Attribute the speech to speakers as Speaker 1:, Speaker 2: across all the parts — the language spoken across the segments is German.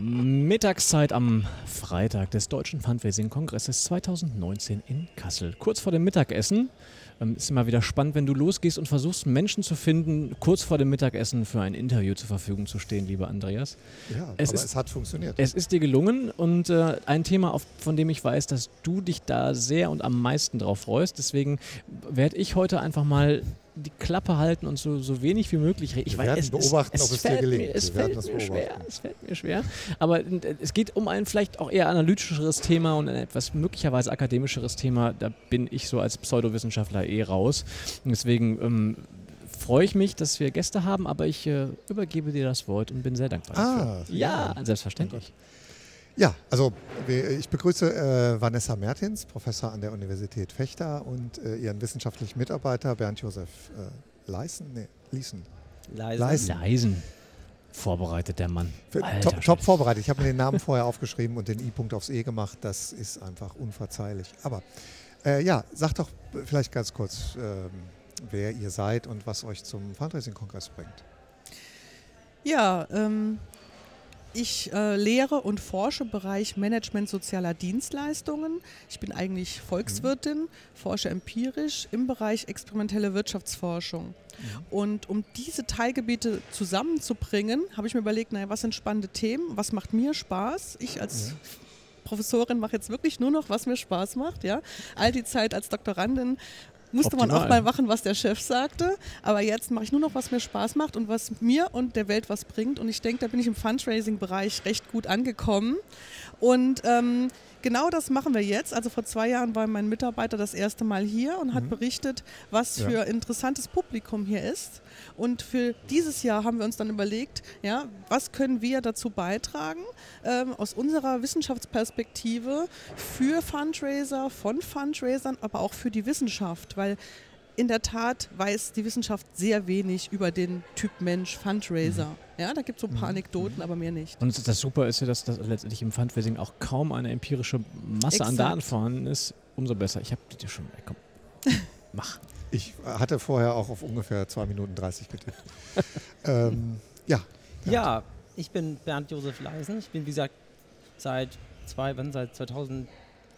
Speaker 1: Mittagszeit am Freitag des Deutschen Fundraising-Kongresses 2019 in Kassel. Kurz vor dem Mittagessen. Ist immer wieder spannend, wenn du losgehst und versuchst, Menschen zu finden, kurz vor dem Mittagessen für ein Interview zur Verfügung zu stehen, lieber Andreas.
Speaker 2: Ja, es hat funktioniert.
Speaker 1: Es ist dir gelungen und ein Thema, von dem ich weiß, dass du dich da sehr und am meisten drauf freust. Deswegen werde ich heute einfach mal die Klappe halten und so wenig wie möglich reden.
Speaker 2: Wir werden beobachten, ob es dir gelingt.
Speaker 1: Es fällt mir schwer. Aber es geht um ein vielleicht auch eher analytischeres Thema und ein etwas möglicherweise akademischeres Thema. Da bin ich so als Pseudowissenschaftler raus. Und deswegen freue ich mich, dass wir Gäste haben, aber ich übergebe dir das Wort und bin sehr dankbar dafür. Ja, selbstverständlich.
Speaker 2: Ja, also ich begrüße Vanessa Mertins, Professor an der Universität Vechta und ihren wissenschaftlichen Mitarbeiter Bernd-Josef Leisen.
Speaker 1: Vorbereitet der Mann.
Speaker 2: Top vorbereitet. Ich habe mir den Namen vorher aufgeschrieben und den I-Punkt aufs E gemacht. Das ist einfach unverzeihlich. Aber sag doch vielleicht ganz kurz, wer ihr seid und was euch zum Fundraising-Kongress bringt.
Speaker 3: Ja, ich lehre und forsche im Bereich Management sozialer Dienstleistungen. Ich bin eigentlich Volkswirtin, forsche empirisch im Bereich experimentelle Wirtschaftsforschung. Und um diese Teilgebiete zusammenzubringen, habe ich mir überlegt, was sind spannende Themen, was macht mir Spaß? Ich als Professorin mache jetzt wirklich nur noch, was mir Spaß macht. Ja? All die Zeit als Doktorandin musste man auch mal machen, was der Chef sagte. Aber jetzt mache ich nur noch, was mir Spaß macht und was mir und der Welt was bringt. Und ich denke, da bin ich im Fundraising-Bereich recht gut angekommen. Und genau das machen wir jetzt. Also vor 2 Jahren war mein Mitarbeiter das erste Mal hier und hat berichtet, was für interessantes Publikum hier ist. Und für dieses Jahr haben wir uns dann überlegt, was können wir dazu beitragen, aus unserer Wissenschaftsperspektive für Fundraiser, von Fundraisern, aber auch für die Wissenschaft, weil in der Tat weiß die Wissenschaft sehr wenig über den Typ Mensch Fundraiser. Ja, da gibt es so ein paar Anekdoten, aber mehr nicht.
Speaker 1: Und das Super ist ja, dass letztendlich im Fundraising auch kaum eine empirische Masse an Daten vorhanden ist. Umso besser. Ich habe dir schon, komm, mach.
Speaker 2: Ich hatte vorher auch auf ungefähr 2 Minuten 30 getippt.
Speaker 4: Ja, ich bin Bernd-Josef Leisen. Ich bin, wie gesagt, seit 2016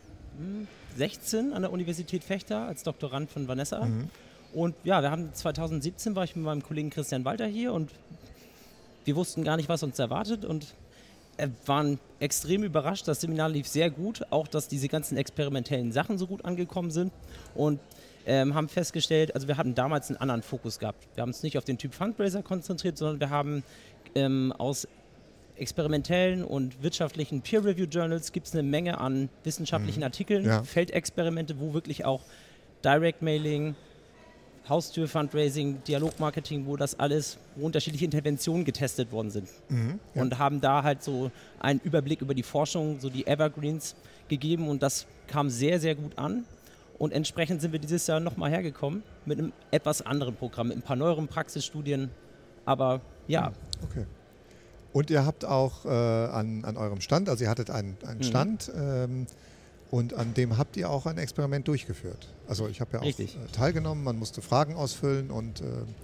Speaker 4: an der Universität Vechta als Doktorand von Vanessa. Und ja, 2017 war ich mit meinem Kollegen Christian Walter hier und wir wussten gar nicht, was uns erwartet und waren extrem überrascht. Das Seminar lief sehr gut, auch dass diese ganzen experimentellen Sachen so gut angekommen sind und haben festgestellt, also wir hatten damals einen anderen Fokus gehabt. Wir haben uns nicht auf den Typ Fundraiser konzentriert, sondern wir haben aus experimentellen und wirtschaftlichen Peer-Review-Journals gibt es eine Menge an wissenschaftlichen Artikeln, Feldexperimente, wo wirklich auch Direct-Mailing, Haustür-Fundraising, Dialogmarketing, wo unterschiedliche Interventionen getestet worden sind. Und haben da halt so einen Überblick über die Forschung, so die Evergreens gegeben und das kam sehr, sehr gut an. Und entsprechend sind wir dieses Jahr nochmal hergekommen mit einem etwas anderen Programm, mit ein paar neueren Praxisstudien, aber ja.
Speaker 2: Okay. Und ihr habt auch an eurem Stand, also ihr hattet einen Stand und an dem habt ihr auch ein Experiment durchgeführt. Also ich habe ja auch teilgenommen, man musste Fragen ausfüllen und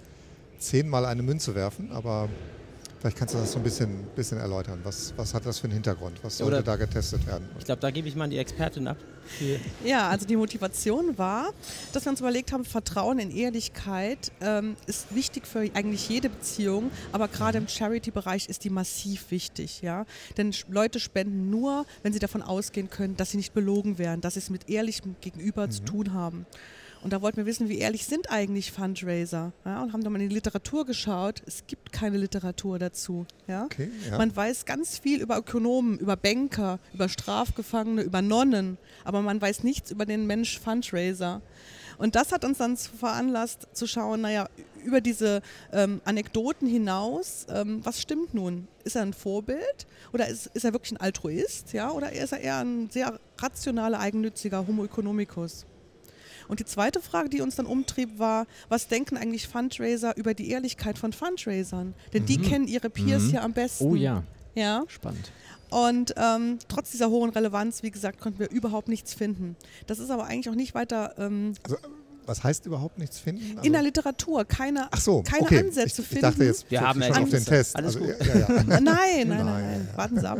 Speaker 2: 10-mal eine Münze werfen, aber vielleicht kannst du das so ein bisschen erläutern. Was hat das für einen Hintergrund? Was sollte da getestet werden?
Speaker 4: Ich glaube, da gebe ich mal an die Expertin ab.
Speaker 3: Ja, also die Motivation war, dass wir uns überlegt haben, Vertrauen in Ehrlichkeit ist wichtig für eigentlich jede Beziehung, aber gerade im Charity-Bereich ist die massiv wichtig. Ja? Denn Leute spenden nur, wenn sie davon ausgehen können, dass sie nicht belogen werden, dass sie es mit ehrlichem Gegenüber zu tun haben. Und da wollten wir wissen, wie ehrlich sind eigentlich Fundraiser? Ja, und haben dann mal in die Literatur geschaut. Es gibt keine Literatur dazu. Ja?
Speaker 2: Okay, ja.
Speaker 3: Man weiß ganz viel über Ökonomen, über Banker, über Strafgefangene, über Nonnen, aber man weiß nichts über den Mensch Fundraiser. Und das hat uns dann veranlasst zu schauen, über diese Anekdoten hinaus, was stimmt nun? Ist er ein Vorbild oder ist er wirklich ein Altruist? Ja? Oder ist er eher ein sehr rationaler, eigennütziger Homo economicus? Und die zweite Frage, die uns dann umtrieb, war, was denken eigentlich Fundraiser über die Ehrlichkeit von Fundraisern? Denn die kennen ihre Peers ja am besten.
Speaker 1: Oh ja.
Speaker 3: Ja?
Speaker 1: Spannend.
Speaker 3: Und trotz dieser hohen Relevanz, wie gesagt, konnten wir überhaupt nichts finden. Das ist aber eigentlich auch nicht weiter...
Speaker 2: Was heißt überhaupt nichts finden?
Speaker 3: In der Literatur keine
Speaker 2: okay.
Speaker 3: Ansätze finden.
Speaker 2: Ich dachte jetzt
Speaker 4: wir haben
Speaker 2: schon auf den Test.
Speaker 4: Alles gut.
Speaker 3: Nein. Warten Sie ab.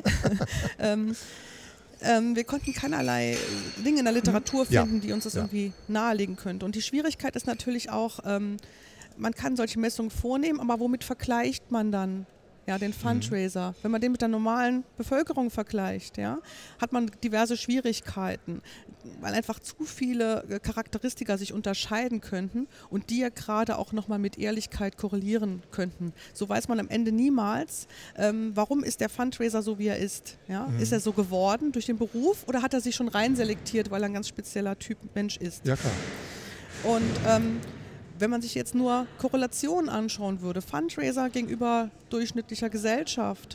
Speaker 3: Wir konnten keinerlei Dinge in der Literatur finden, die uns das irgendwie nahelegen könnte. Und die Schwierigkeit ist natürlich auch, man kann solche Messungen vornehmen, aber womit vergleicht man dann den Fundraiser? Wenn man den mit der normalen Bevölkerung vergleicht, hat man diverse Schwierigkeiten, weil einfach zu viele Charakteristika sich unterscheiden könnten und die ja gerade auch nochmal mit Ehrlichkeit korrelieren könnten. So weiß man am Ende niemals, warum ist der Fundraiser so, wie er ist. Ja? Ist er so geworden durch den Beruf oder hat er sich schon rein selektiert, weil er ein ganz spezieller Typ Mensch ist?
Speaker 2: Ja, klar.
Speaker 3: Und wenn man sich jetzt nur Korrelationen anschauen würde, Fundraiser gegenüber durchschnittlicher Gesellschaft,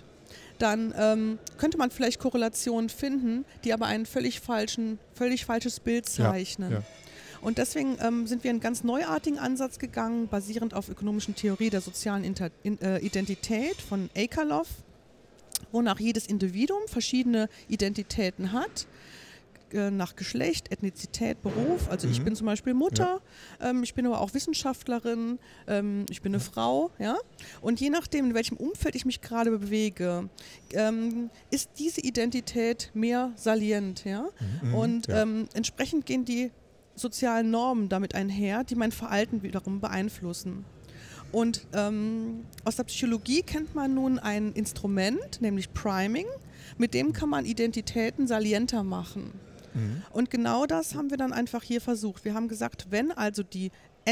Speaker 3: dann könnte man vielleicht Korrelationen finden, die aber ein völlig falsches Bild zeichnen. Ja. Und deswegen sind wir einen ganz neuartigen Ansatz gegangen, basierend auf ökonomischen Theorie der sozialen Identität von Akerlof, wonach jedes Individuum verschiedene Identitäten hat, nach Geschlecht, Ethnizität, Beruf. Also ich bin zum Beispiel Mutter, ich bin aber auch Wissenschaftlerin, ich bin eine Frau. Ja? Und je nachdem, in welchem Umfeld ich mich gerade bewege, ist diese Identität mehr salient. Ja? Und entsprechend gehen die sozialen Normen damit einher, die mein Verhalten wiederum beeinflussen. Und aus der Psychologie kennt man nun ein Instrument, nämlich Priming, mit dem kann man Identitäten salienter machen. Und genau das haben wir dann einfach hier versucht. Wir haben gesagt, wenn also die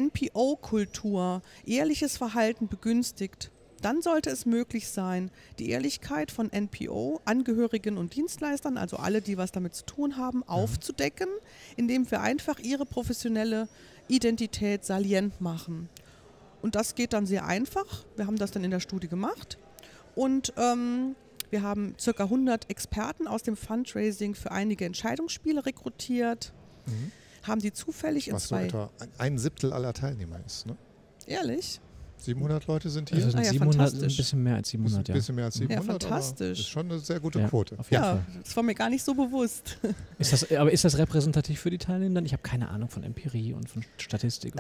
Speaker 3: NPO-Kultur ehrliches Verhalten begünstigt, dann sollte es möglich sein, die Ehrlichkeit von NPO-Angehörigen und Dienstleistern, also alle, die was damit zu tun haben, aufzudecken, indem wir einfach ihre professionelle Identität salient machen. Und das geht dann sehr einfach. Wir haben das dann in der Studie gemacht und wir haben ca. 100 Experten aus dem Fundraising für einige Entscheidungsspiele rekrutiert, haben die zufällig in
Speaker 2: was so etwa 1/7 aller Teilnehmer ist, ne?
Speaker 3: Ehrlich?
Speaker 2: 700 Leute sind hier?
Speaker 1: Also sind 700, ein bisschen mehr als 700,
Speaker 2: Ein bisschen mehr als 700,
Speaker 3: ja, fantastisch.
Speaker 2: Ist schon eine sehr gute Quote.
Speaker 1: Auf jeden Fall.
Speaker 3: Das war mir gar nicht so bewusst.
Speaker 1: Ist das repräsentativ für die Teilnehmer? Ich habe keine Ahnung von Empirie und von Statistik.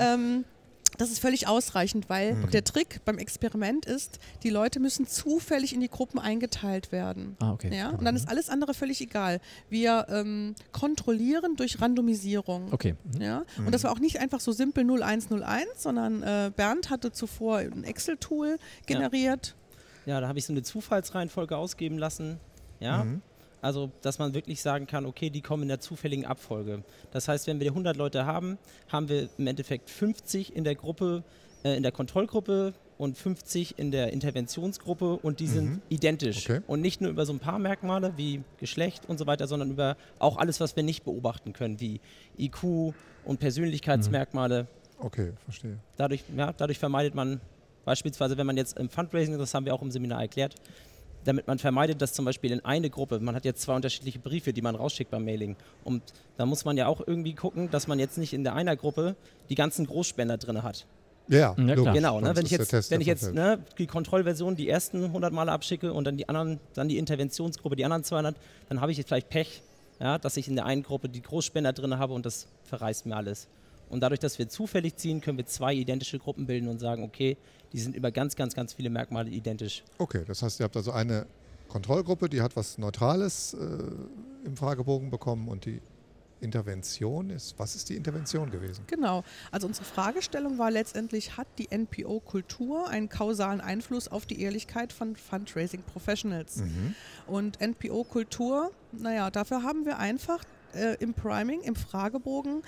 Speaker 3: Das ist völlig ausreichend, weil der Trick beim Experiment ist, die Leute müssen zufällig in die Gruppen eingeteilt werden.
Speaker 1: Okay.
Speaker 3: Ja? Und dann ist alles andere völlig egal. Wir kontrollieren durch Randomisierung.
Speaker 1: Okay.
Speaker 3: Ja? Und das war auch nicht einfach so simpel 0101, sondern Bernd hatte zuvor ein Excel-Tool generiert.
Speaker 4: Ja, da habe ich so eine Zufallsreihenfolge ausgeben lassen. Ja. Also, dass man wirklich sagen kann, okay, die kommen in der zufälligen Abfolge. Das heißt, wenn wir 100 Leute haben, haben wir im Endeffekt 50 in der Gruppe, in der Kontrollgruppe und 50 in der Interventionsgruppe und die sind identisch. Okay. Und nicht nur über so ein paar Merkmale wie Geschlecht und so weiter, sondern über auch alles, was wir nicht beobachten können, wie IQ und Persönlichkeitsmerkmale.
Speaker 2: Okay, verstehe.
Speaker 4: Dadurch vermeidet man beispielsweise, wenn man jetzt im Fundraising, das haben wir auch im Seminar erklärt, damit man vermeidet, dass zum Beispiel in eine Gruppe, man hat jetzt 2 unterschiedliche Briefe, die man rausschickt beim Mailing. Und da muss man ja auch irgendwie gucken, dass man jetzt nicht in der einer Gruppe die ganzen Großspender drin hat.
Speaker 2: Ja,
Speaker 1: klar.
Speaker 4: Genau. Ne, wenn ich jetzt die Kontrollversion die ersten 100 Male abschicke und dann die Interventionsgruppe die anderen 200, dann habe ich jetzt vielleicht Pech, dass ich in der einen Gruppe die Großspender drin habe und das verreißt mir alles. Und dadurch, dass wir zufällig ziehen, können wir 2 identische Gruppen bilden und sagen, okay, die sind über ganz, ganz, ganz viele Merkmale identisch.
Speaker 2: Okay, das heißt, ihr habt also eine Kontrollgruppe, die hat was Neutrales im Fragebogen bekommen und die Intervention ist, was ist die Intervention gewesen?
Speaker 3: Genau, also unsere Fragestellung war letztendlich, hat die NPO-Kultur einen kausalen Einfluss auf die Ehrlichkeit von Fundraising-Professionals? Und NPO-Kultur, dafür haben wir einfach im Priming, im Fragebogen,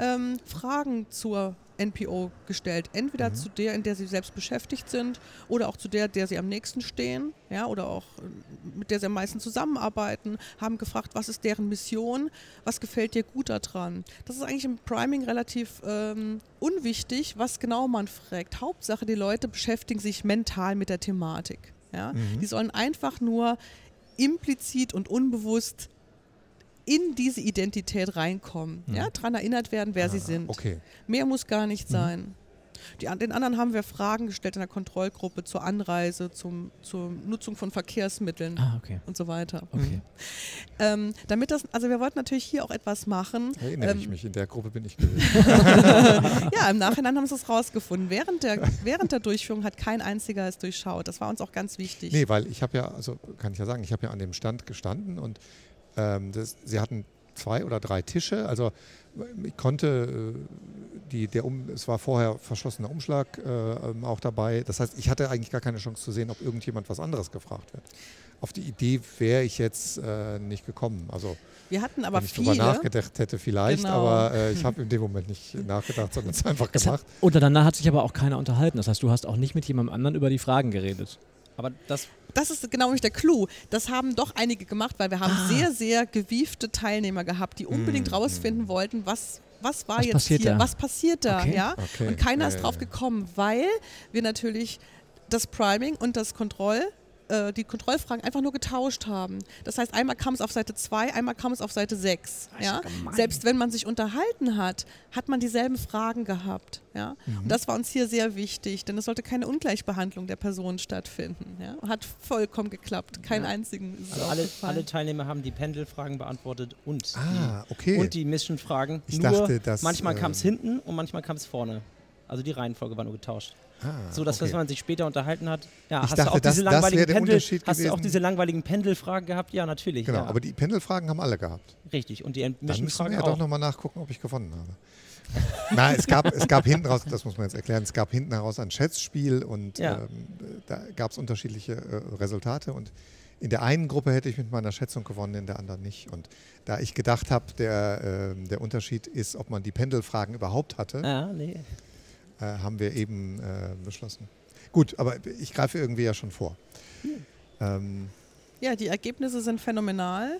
Speaker 3: Fragen zur NPO gestellt. Entweder zu der, in der sie selbst beschäftigt sind oder auch zu der sie am nächsten stehen, oder auch mit der sie am meisten zusammenarbeiten, haben gefragt, was ist deren Mission, was gefällt dir gut daran. Das ist eigentlich im Priming relativ unwichtig, was genau man fragt. Hauptsache, die Leute beschäftigen sich mental mit der Thematik. Ja? Die sollen einfach nur implizit und unbewusst in diese Identität reinkommen, daran erinnert werden, wer sie sind.
Speaker 2: Okay.
Speaker 3: Mehr muss gar nicht sein. Den anderen haben wir Fragen gestellt in der Kontrollgruppe zur Anreise, zur Nutzung von Verkehrsmitteln und so weiter.
Speaker 1: Okay.
Speaker 3: Also wir wollten natürlich hier auch etwas machen.
Speaker 2: Erinnere ich mich, in der Gruppe bin ich gewesen.
Speaker 3: Ja, im Nachhinein haben sie es rausgefunden. Während der Durchführung hat kein einziger es durchschaut. Das war uns auch ganz wichtig.
Speaker 2: Nee, weil ich habe ja, kann ich ja sagen, ich habe ja an dem Stand gestanden und sie hatten 2 oder 3 Tische, also ich konnte, es war vorher verschlossener Umschlag auch dabei, das heißt, ich hatte eigentlich gar keine Chance zu sehen, ob irgendjemand was anderes gefragt wird. Auf die Idee wäre ich jetzt nicht gekommen, also
Speaker 3: wir hatten aber
Speaker 2: wenn ich drüber nachgedacht hätte vielleicht,
Speaker 3: genau.
Speaker 2: Aber ich habe in dem Moment nicht nachgedacht, sondern es einfach gemacht.
Speaker 1: Untereinander hat sich aber auch keiner unterhalten, das heißt, du hast auch nicht mit jemandem anderen über die Fragen geredet.
Speaker 4: Aber
Speaker 3: das ist genau nicht der Clou. Das haben doch einige gemacht, weil wir haben sehr, sehr gewiefte Teilnehmer gehabt, die unbedingt rausfinden wollten, was passiert da,
Speaker 1: okay.
Speaker 3: ja?
Speaker 2: Okay.
Speaker 3: Und keiner ist drauf gekommen, weil wir natürlich das Priming und die Kontrollfragen einfach nur getauscht haben. Das heißt, einmal kam es auf Seite 2, einmal kam es auf Seite 6. Ja? Selbst wenn man sich unterhalten hat, hat man dieselben Fragen gehabt. Ja? Und das war uns hier sehr wichtig, denn es sollte keine Ungleichbehandlung der Personen stattfinden. Ja? Hat vollkommen geklappt. Keinen einzigen ist
Speaker 4: also alle Teilnehmer haben die Pendelfragen beantwortet und die Mission-Fragen. Manchmal kam es hinten und manchmal kam es vorne. Also die Reihenfolge war nur getauscht. So dass wenn man sich später unterhalten hat, hast du auch diese langweiligen Pendelfragen gehabt? Ja, natürlich.
Speaker 2: Genau,
Speaker 4: ja.
Speaker 2: aber die Pendelfragen haben alle gehabt.
Speaker 4: Richtig, und die
Speaker 2: Dann müssen
Speaker 4: Mission-Fragen
Speaker 2: wir
Speaker 4: auch.
Speaker 2: doch nochmal nachgucken, ob ich gewonnen habe. Nein, es gab hinten raus, das muss man jetzt erklären, es gab hinten heraus ein Schätzspiel und da gab es unterschiedliche Resultate und in der einen Gruppe hätte ich mit meiner Schätzung gewonnen, in der anderen nicht. Und da ich gedacht habe, der Unterschied ist, ob man die Pendelfragen überhaupt hatte, haben wir eben beschlossen. Gut, aber ich greife irgendwie ja schon vor.
Speaker 3: Ja, die Ergebnisse sind phänomenal.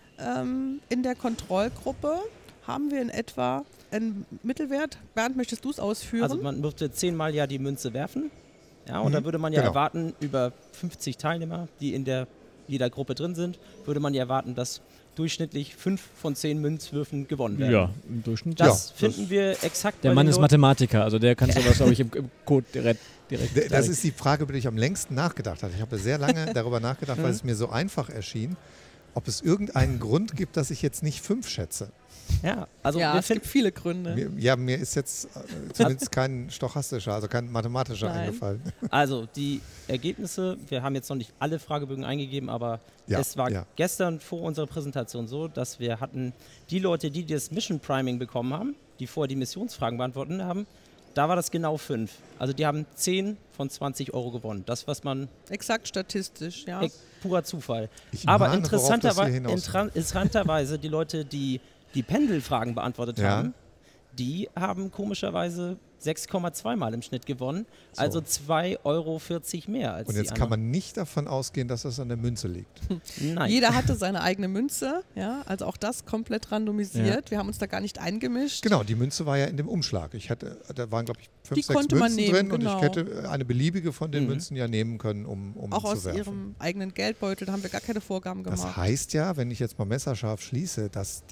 Speaker 3: In der Kontrollgruppe haben wir in etwa einen Mittelwert. Bernd, möchtest du es ausführen?
Speaker 4: Also man dürfte 10-mal die Münze werfen. Ja, und da würde man erwarten, über 50 Teilnehmer, die in jeder Gruppe drin sind, würde man erwarten, dass durchschnittlich 5 von 10 Münzwürfen gewonnen werden.
Speaker 1: Ja, im Durchschnitt.
Speaker 4: Das finden wir exakt.
Speaker 1: Der Mann ist Mathematiker, also der kann sowas, glaube ich, im Code direkt.
Speaker 2: Das ist die Frage, über die ich am längsten nachgedacht habe. Ich habe sehr lange darüber nachgedacht, weil es mir so einfach erschien, ob es irgendeinen Grund gibt, dass ich jetzt nicht 5 schätze.
Speaker 4: Ja, also
Speaker 3: es gibt viele Gründe.
Speaker 2: Mir ist jetzt zumindest kein stochastischer, also kein mathematischer eingefallen.
Speaker 4: Also die Ergebnisse, wir haben jetzt noch nicht alle Fragebögen eingegeben, aber es war gestern vor unserer Präsentation so, dass wir hatten die Leute, die das Mission Priming bekommen haben, die vorher die Missionsfragen beantwortet haben, da war das genau 5. Also die haben 10 von 20 Euro gewonnen. Das, was man...
Speaker 3: Exakt statistisch, ja.
Speaker 4: Purer Zufall. Aber interessanterweise die Leute, die Pendelfragen beantwortet haben, die haben komischerweise 6,2 Mal im Schnitt gewonnen, also 2,40 Euro mehr als die anderen. Und
Speaker 2: jetzt kann man nicht davon ausgehen, dass das an der Münze liegt.
Speaker 3: Nein. Jeder hatte seine eigene Münze, also auch das komplett randomisiert. Wir haben uns da gar nicht eingemischt.
Speaker 2: Genau, die Münze war ja in dem Umschlag. Da waren, glaube ich, 5, 6 Münzen drin und ich hätte eine beliebige von den Münzen nehmen können, um
Speaker 3: auch
Speaker 2: zu werfen.
Speaker 3: Aus ihrem eigenen Geldbeutel, da haben wir gar keine Vorgaben gemacht.
Speaker 2: Das heißt ja, wenn ich jetzt mal messerscharf schließe, dass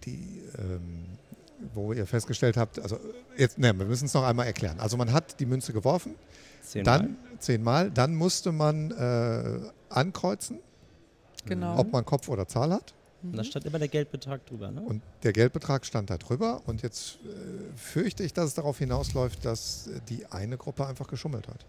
Speaker 2: wo ihr festgestellt habt, also jetzt, wir müssen es noch einmal erklären. Also man hat die Münze geworfen, 10 Mal, dann musste man ankreuzen, ob man Kopf oder Zahl hat.
Speaker 4: Und da stand immer der Geldbetrag drüber, ne?
Speaker 2: Und der Geldbetrag stand da drüber und jetzt fürchte ich, dass es darauf hinausläuft, dass die eine Gruppe einfach geschummelt hat.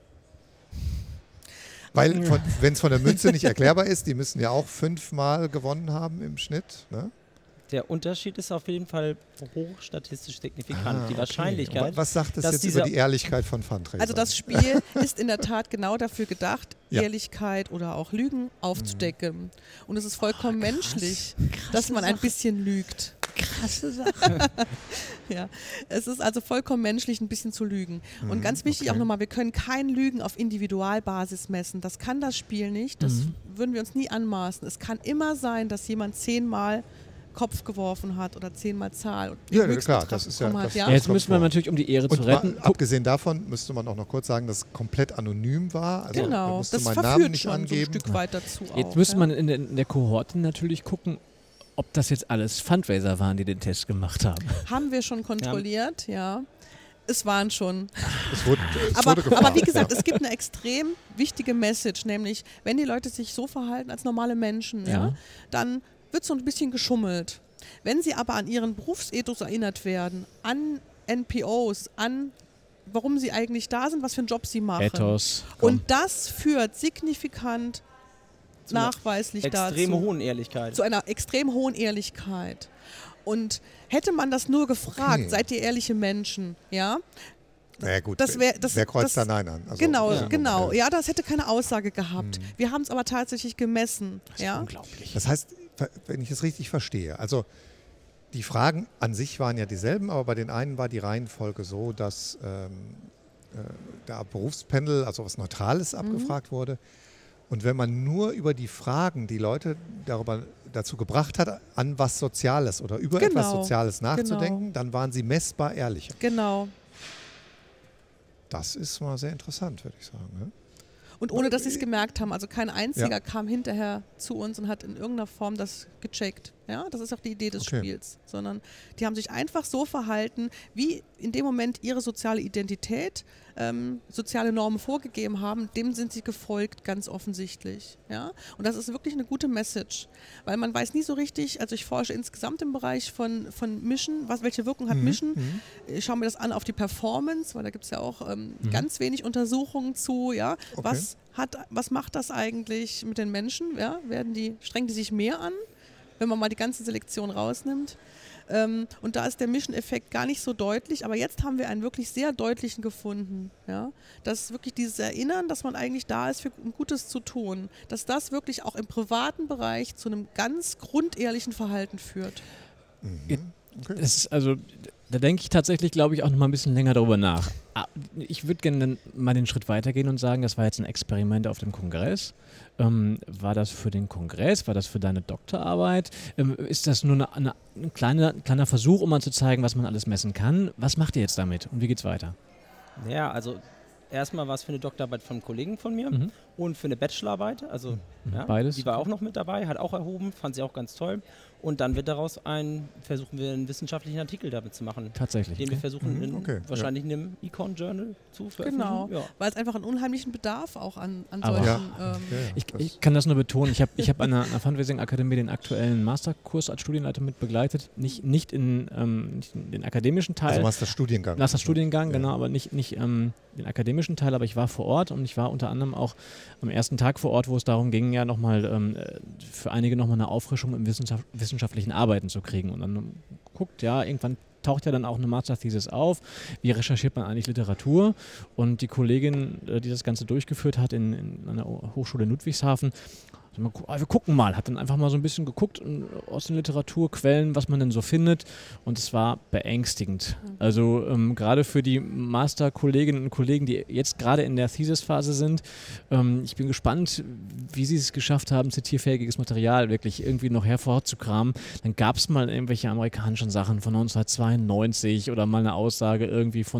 Speaker 2: Weil, wenn es von der Münze nicht erklärbar ist, die müssen ja auch 5 Mal gewonnen haben im Schnitt, ne?
Speaker 4: Der Unterschied ist auf jeden Fall hochstatistisch signifikant. Die Wahrscheinlichkeit.
Speaker 2: Und was sagt das jetzt über die Ehrlichkeit von Fundraisern?
Speaker 3: Also das Spiel ist in der Tat genau dafür gedacht, Ehrlichkeit oder auch Lügen aufzudecken. Und es ist vollkommen menschlich, dass man ein bisschen lügt.
Speaker 1: Krasse Sache.
Speaker 3: Ja, es ist also vollkommen menschlich, ein bisschen zu lügen. Und ganz wichtig auch nochmal, wir können kein Lügen auf Individualbasis messen. Das kann das Spiel nicht. Das würden wir uns nie anmaßen. Es kann immer sein, dass jemand 10 Mal Kopf geworfen hat oder 10 Mal Zahl. Und
Speaker 2: klar, das ist
Speaker 1: jetzt müssen wir natürlich, um die Ehre zu retten.
Speaker 2: Abgesehen davon müsste man auch noch kurz sagen, dass es komplett anonym war. Also
Speaker 3: genau,
Speaker 2: musste
Speaker 3: das
Speaker 2: meinen
Speaker 3: verführt
Speaker 2: Namen nicht
Speaker 3: schon
Speaker 2: angeben.
Speaker 3: So ein Stück weit dazu
Speaker 1: jetzt müsste man in der Kohorte natürlich gucken, ob das jetzt alles Fundraiser waren, die den Test gemacht haben.
Speaker 3: Haben wir schon kontrolliert, ja. Es waren schon.
Speaker 2: Es wurde
Speaker 3: aber wie gesagt, es gibt eine extrem wichtige Message, nämlich wenn die Leute sich so verhalten als normale Menschen, dann wird so ein bisschen geschummelt. Wenn sie aber an ihren Berufsethos erinnert werden, an NPOs, an warum sie eigentlich da sind, was für einen Job sie machen.
Speaker 1: Ethos.
Speaker 3: Und das führt signifikant nachweislich zu einer extrem hohen Ehrlichkeit. Und hätte man das nur gefragt, seid ihr ehrliche Menschen, ja?
Speaker 2: Naja gut, wer kreuzt da Nein an? Also,
Speaker 3: genau. Ja, das hätte keine Aussage gehabt. Wir haben es aber tatsächlich gemessen.
Speaker 1: Das ist unglaublich.
Speaker 2: Das heißt, wenn ich es richtig verstehe, also die Fragen an sich waren ja dieselben, aber bei den einen war die Reihenfolge so, dass der Berufspendel, also was Neutrales abgefragt wurde. Und wenn man nur über die Fragen die Leute dazu gebracht hat, an was Soziales oder über etwas Soziales nachzudenken, dann waren sie messbar ehrlicher.
Speaker 3: Genau.
Speaker 2: Das ist mal sehr interessant, würde ich sagen. Ne?
Speaker 3: Und ohne, dass sie es gemerkt haben. Also kein einziger kam hinterher zu uns und hat in irgendeiner Form das gecheckt. Ja, das ist auch die Idee des Spiels. Sondern die haben sich einfach so verhalten, wie in dem Moment ihre soziale Identität, soziale Normen vorgegeben haben, dem sind sie gefolgt, ganz offensichtlich. Ja? Und das ist wirklich eine gute Message. Weil man weiß nie so richtig, also ich forsche insgesamt im Bereich von Mischen, welche Wirkung hat Mischen. Ich schaue mir das an auf die Performance, weil da gibt es ja auch ganz wenig Untersuchungen zu, ja.
Speaker 2: Okay.
Speaker 3: Was macht das eigentlich mit den Menschen? Ja? Strengen die sich mehr an, wenn man mal die ganze Selektion rausnimmt? Und da ist der Mission-Effekt gar nicht so deutlich, aber jetzt haben wir einen wirklich sehr deutlichen gefunden. Ja? Dass wirklich dieses Erinnern, dass man eigentlich da ist, für Gutes zu tun, dass das wirklich auch im privaten Bereich zu einem ganz grundehrlichen Verhalten führt.
Speaker 2: Okay.
Speaker 1: Das ist also, da denke ich tatsächlich, glaube ich, auch noch mal ein bisschen länger darüber nach. Ich würde gerne dann mal den Schritt weitergehen und sagen, das war jetzt ein Experiment auf dem Kongress. War das für den Kongress? War das für deine Doktorarbeit? Ist das nur ein kleiner Versuch, um mal zu zeigen, was man alles messen kann? Was macht ihr jetzt damit und wie geht's weiter?
Speaker 4: Ja, also erstmal war es für eine Doktorarbeit von einem Kollegen von mir und für eine Bachelorarbeit. Also
Speaker 1: beides.
Speaker 4: Die war auch noch mit dabei, hat auch erhoben, fand sie auch ganz toll. Und dann wird daraus versuchen wir einen wissenschaftlichen Artikel damit zu machen.
Speaker 1: Tatsächlich.
Speaker 4: Den wir versuchen wahrscheinlich in einem Econ-Journal zu veröffentlichen.
Speaker 3: Genau, weil es einfach einen unheimlichen Bedarf auch an solchen...
Speaker 1: Ich kann das nur betonen, ich hab an der Fundraising-Akademie den aktuellen Masterkurs als Studienleiter mit begleitet. Nicht in den akademischen Teil.
Speaker 2: Also Masterstudiengang.
Speaker 1: Masterstudiengang, genau, aber nicht den akademischen Teil, aber ich war vor Ort und ich war unter anderem auch am ersten Tag vor Ort, wo es darum ging, ja nochmal für einige nochmal eine Auffrischung im wissenschaftlichen Arbeiten zu kriegen. Und dann guckt, irgendwann taucht ja dann auch eine Masterthesis auf. Wie recherchiert man eigentlich Literatur? Und die Kollegin, die das Ganze durchgeführt hat an der Hochschule in Ludwigshafen, wir gucken mal, hat dann einfach mal so ein bisschen geguckt aus den Literaturquellen, was man denn so findet, und es war beängstigend. Also gerade für die Masterkolleginnen und Kollegen, die jetzt gerade in der Thesis-Phase sind, ich bin gespannt, wie sie es geschafft haben, zitierfähiges Material wirklich irgendwie noch hervorzukramen. Dann gab es mal irgendwelche amerikanischen Sachen von 1992 oder mal eine Aussage irgendwie von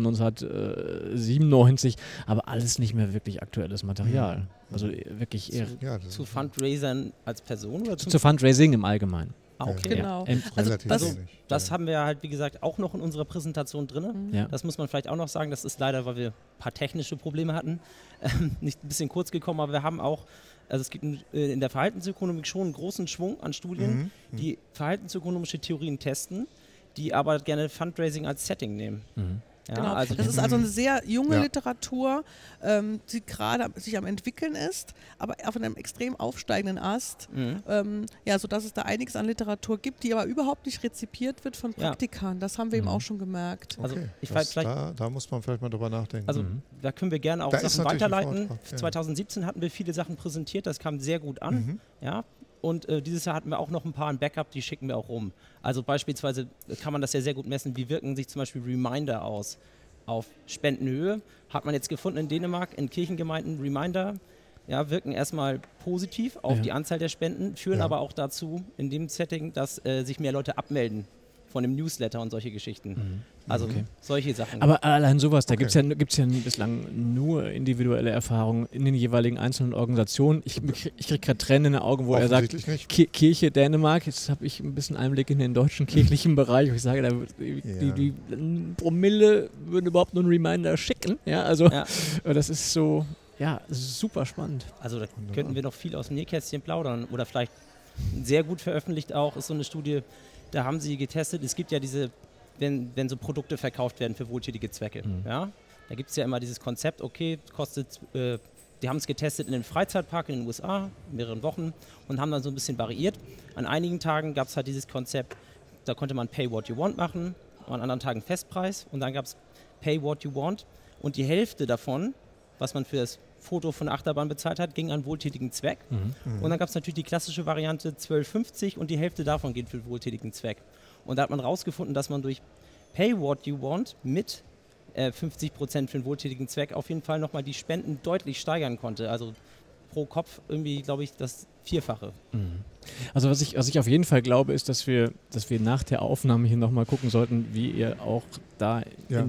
Speaker 1: 1997, aber alles nicht mehr wirklich aktuelles Material. Also wirklich eher
Speaker 4: zu Fundraisern als Person? Oder
Speaker 1: zu Fundraising im Allgemeinen.
Speaker 4: Okay.
Speaker 3: Genau.
Speaker 4: Also das haben wir halt, wie gesagt, auch noch in unserer Präsentation drin.
Speaker 1: Ja.
Speaker 4: Das muss man vielleicht auch noch sagen. Das ist leider, weil wir ein paar technische Probleme hatten, nicht ein bisschen kurz gekommen, aber wir haben auch, also es gibt in der Verhaltensökonomik schon einen großen Schwung an Studien, die verhaltensökonomische Theorien testen, die aber gerne Fundraising als Setting nehmen. Ja,
Speaker 3: genau.
Speaker 4: also
Speaker 3: das ist also eine sehr junge Literatur, die gerade sich am entwickeln ist, aber auf einem extrem aufsteigenden Ast, sodass es da einiges an Literatur gibt, die aber überhaupt nicht rezipiert wird von Praktikern. Das haben wir eben auch schon gemerkt.
Speaker 4: Also
Speaker 2: da muss man vielleicht mal drüber nachdenken.
Speaker 4: Also da können wir gerne auch Sachen weiterleiten. 2017 hatten wir viele Sachen präsentiert, das kam sehr gut an. Ja. Und dieses Jahr hatten wir auch noch ein paar in Backup, die schicken wir auch rum. Also beispielsweise kann man das ja sehr gut messen, wie wirken sich zum Beispiel Reminder aus auf Spendenhöhe. Hat man jetzt gefunden in Dänemark, in Kirchengemeinden, Reminder wirken erstmal positiv auf die Anzahl der Spenden, führen aber auch dazu, in dem Setting, dass sich mehr Leute abmelden von dem Newsletter und solche Geschichten. Also solche Sachen.
Speaker 1: Aber allein sowas, da gibt es ja bislang nur individuelle Erfahrungen in den jeweiligen einzelnen Organisationen. Ich kriege gerade Tränen in den Augen, wo er sagt, Kirche Dänemark, jetzt habe ich ein bisschen Einblick in den deutschen kirchlichen Bereich, wo ich sage, die Promille würden überhaupt nur einen Reminder schicken. Ja, also das ist so, super spannend.
Speaker 4: Also da könnten wir noch viel aus dem Nähkästchen plaudern oder vielleicht sehr gut veröffentlicht auch, ist so eine Studie, da haben sie getestet, es gibt ja diese, wenn so Produkte verkauft werden für wohltätige Zwecke, da gibt es ja immer dieses Konzept, okay, kostet, die haben es getestet in einem Freizeitpark in den USA, mehreren Wochen und haben dann so ein bisschen variiert. An einigen Tagen gab es halt dieses Konzept, da konnte man Pay What You Want machen, an anderen Tagen Festpreis und dann gab es Pay What You Want und die Hälfte davon, was man für das Foto von der Achterbahn bezahlt hat, ging an wohltätigen Zweck. Und dann gab es natürlich die klassische Variante 12,50 und die Hälfte davon geht für wohltätigen Zweck. Und da hat man rausgefunden, dass man durch Pay What You Want mit 50% für einen wohltätigen Zweck auf jeden Fall nochmal die Spenden deutlich steigern konnte. Also pro Kopf irgendwie, glaube ich, das Vierfache.
Speaker 1: Also was ich auf jeden Fall glaube, ist, dass wir nach der Aufnahme hier nochmal gucken sollten, wie ihr auch da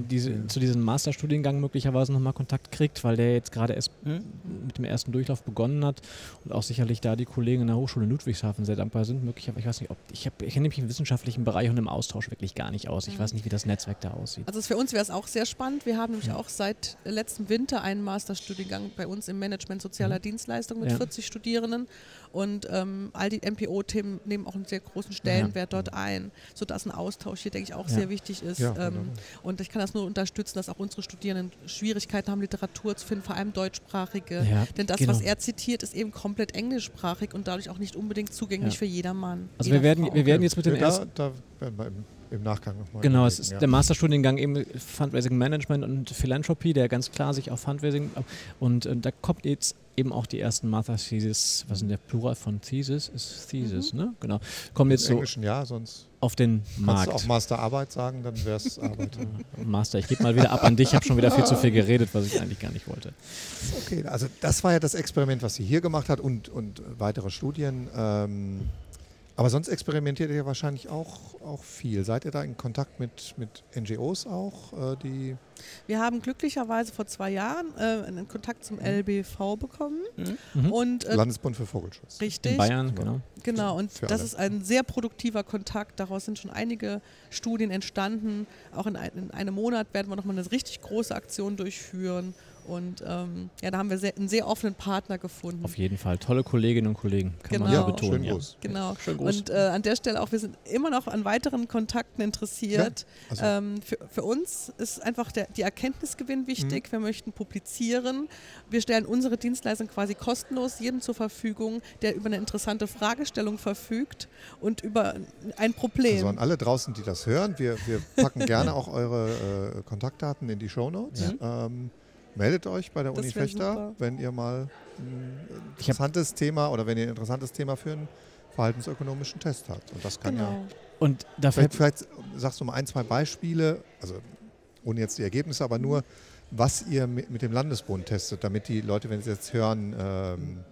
Speaker 1: zu diesem Masterstudiengang möglicherweise nochmal Kontakt kriegt, weil der jetzt gerade erst mit dem ersten Durchlauf begonnen hat und auch sicherlich da die Kollegen in der Hochschule in Ludwigshafen sehr dankbar sind. Möglicherweise, ich weiß nicht, ich kenne mich im wissenschaftlichen Bereich und im Austausch wirklich gar nicht aus. Ich weiß nicht, wie das Netzwerk da aussieht.
Speaker 3: Also für uns wäre es auch sehr spannend. Wir haben nämlich auch seit letztem Winter einen Masterstudiengang bei uns im Management sozialer Dienstleistungen mit 40 Studierenden und all die MPO-Themen nehmen auch einen sehr großen Stellenwert dort ein, sodass ein Austausch hier, denke ich, auch sehr wichtig ist. Und ich kann das nur unterstützen, dass auch unsere Studierenden Schwierigkeiten haben, Literatur zu finden, vor allem deutschsprachige. Denn das, was er zitiert, ist eben komplett englischsprachig und dadurch auch nicht unbedingt zugänglich für jedermann.
Speaker 1: Also wir werden jetzt mit dem ersten...
Speaker 2: Da werden wir im Nachgang nochmal.
Speaker 1: Genau, es ist der Masterstudiengang eben Fundraising Management und Philanthropy, der ganz klar sich auf Fundraising und da kommt jetzt eben auch die ersten Master Thesis, was ist denn der Plural von Thesis? Ist Thesis, ne? Genau. Kommen jetzt so
Speaker 2: Englischen, sonst
Speaker 1: auf den Markt.
Speaker 2: Kannst du auch Masterarbeit sagen, dann wäre es Arbeit.
Speaker 1: Master, ich gebe mal wieder ab an dich, ich habe schon wieder viel zu viel geredet, was ich eigentlich gar nicht wollte.
Speaker 2: Okay, also das war ja das Experiment, was sie hier gemacht hat und weitere Studien. Aber sonst experimentiert ihr ja wahrscheinlich auch viel. Seid ihr da in Kontakt mit NGOs auch?
Speaker 3: Wir haben glücklicherweise vor 2 Jahren einen Kontakt zum LBV bekommen. Und,
Speaker 2: Landesbund für Vogelschutz.
Speaker 3: Richtig.
Speaker 1: In Bayern, genau.
Speaker 3: Genau, und das ist ein sehr produktiver Kontakt. Daraus sind schon einige Studien entstanden. Auch in einem Monat werden wir nochmal eine richtig große Aktion durchführen. Und da haben wir einen sehr offenen Partner gefunden.
Speaker 1: Auf jeden Fall. Tolle Kolleginnen und Kollegen, kann man so betonen.
Speaker 2: Schön groß.
Speaker 3: Genau.
Speaker 1: Schön groß.
Speaker 3: Und an der Stelle auch, wir sind immer noch an weiteren Kontakten interessiert. Ja, also für uns ist einfach die Erkenntnisgewinn wichtig. Wir möchten publizieren. Wir stellen unsere Dienstleistung quasi kostenlos jedem zur Verfügung, der über eine interessante Fragestellung verfügt und über ein Problem.
Speaker 2: Also an alle draußen, die das hören, wir packen gerne auch eure Kontaktdaten in die Shownotes. Meldet euch bei der Uni Vechta, wenn ihr mal ein interessantes Thema oder wenn ihr ein interessantes Thema für einen verhaltensökonomischen Test habt. Und das kann
Speaker 1: Und dafür
Speaker 2: vielleicht sagst du mal 1, 2 Beispiele, also ohne jetzt die Ergebnisse, aber nur, was ihr mit dem Landesbund testet, damit die Leute, wenn sie jetzt hören,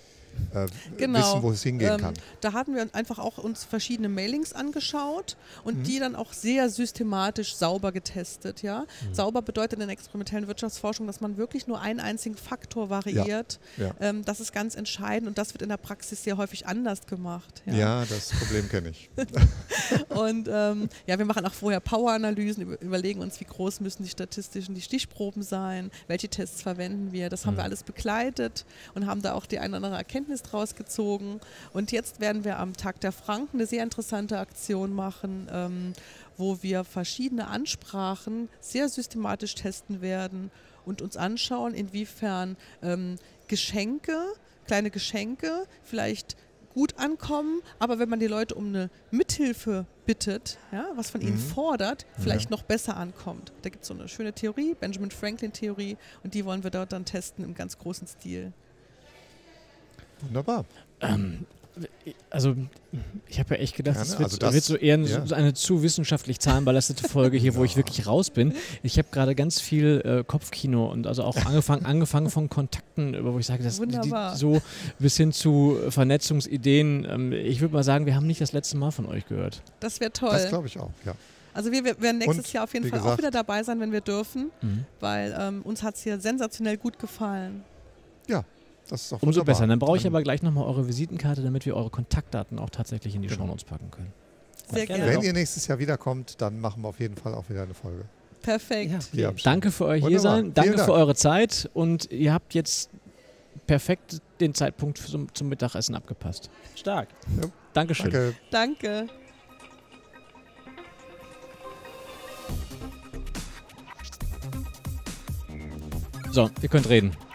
Speaker 2: wissen, wo es hingehen kann.
Speaker 3: Da hatten wir einfach auch uns verschiedene Mailings angeschaut und die dann auch sehr systematisch sauber getestet. Ja? Sauber bedeutet in der experimentellen Wirtschaftsforschung, dass man wirklich nur einen einzigen Faktor variiert. Das ist ganz entscheidend und das wird in der Praxis sehr häufig anders gemacht.
Speaker 2: Ja, das Problem kenne ich.
Speaker 3: Und wir machen auch vorher Power-Analysen, überlegen uns, wie groß müssen die Stichproben sein, welche Tests verwenden wir. Das haben wir alles begleitet und haben da auch die eine oder andere Erkenntnis draus gezogen. Und jetzt werden wir am Tag der Franken eine sehr interessante Aktion machen, wo wir verschiedene Ansprachen sehr systematisch testen werden und uns anschauen, inwiefern kleine Geschenke vielleicht gut ankommen, aber wenn man die Leute um eine Mithilfe bittet, was von ihnen fordert, vielleicht noch besser ankommt. Da gibt es so eine schöne Theorie, Benjamin Franklin-Theorie, und die wollen wir dort dann testen im ganz großen Stil.
Speaker 2: Wunderbar.
Speaker 1: Also ich habe ja echt gedacht, es wird so eher so eine zu wissenschaftlich zahlenbelastete Folge hier, wo ich wirklich raus bin. Ich habe gerade ganz viel Kopfkino und also auch angefangen von Kontakten, wo ich sage, das so bis hin zu Vernetzungsideen. Ich würde mal sagen, wir haben nicht das letzte Mal von euch gehört.
Speaker 3: Das wäre toll.
Speaker 2: Das glaube ich auch, ja.
Speaker 3: Also wir werden nächstes Jahr auf jeden Fall
Speaker 2: gesagt,
Speaker 3: auch wieder dabei sein, wenn wir dürfen, weil uns hat es hier sensationell gut gefallen.
Speaker 2: Ja, das ist auch
Speaker 1: umso
Speaker 2: wunderbar.
Speaker 1: besser. Dann brauche ich aber gleich nochmal eure Visitenkarte, damit wir eure Kontaktdaten auch tatsächlich in die Shownotes packen können.
Speaker 3: Sehr gerne.
Speaker 2: Wenn ihr nächstes Jahr wiederkommt, dann machen wir auf jeden Fall auch wieder eine Folge.
Speaker 3: Perfekt.
Speaker 2: Ja.
Speaker 1: Danke für euer
Speaker 2: Wunderbar.
Speaker 1: Hiersein, danke
Speaker 2: Vielen Dank.
Speaker 1: für eure Zeit und ihr habt jetzt perfekt den Zeitpunkt zum Mittagessen abgepasst.
Speaker 4: Stark.
Speaker 1: Dankeschön.
Speaker 3: Danke.
Speaker 1: So, ihr könnt reden.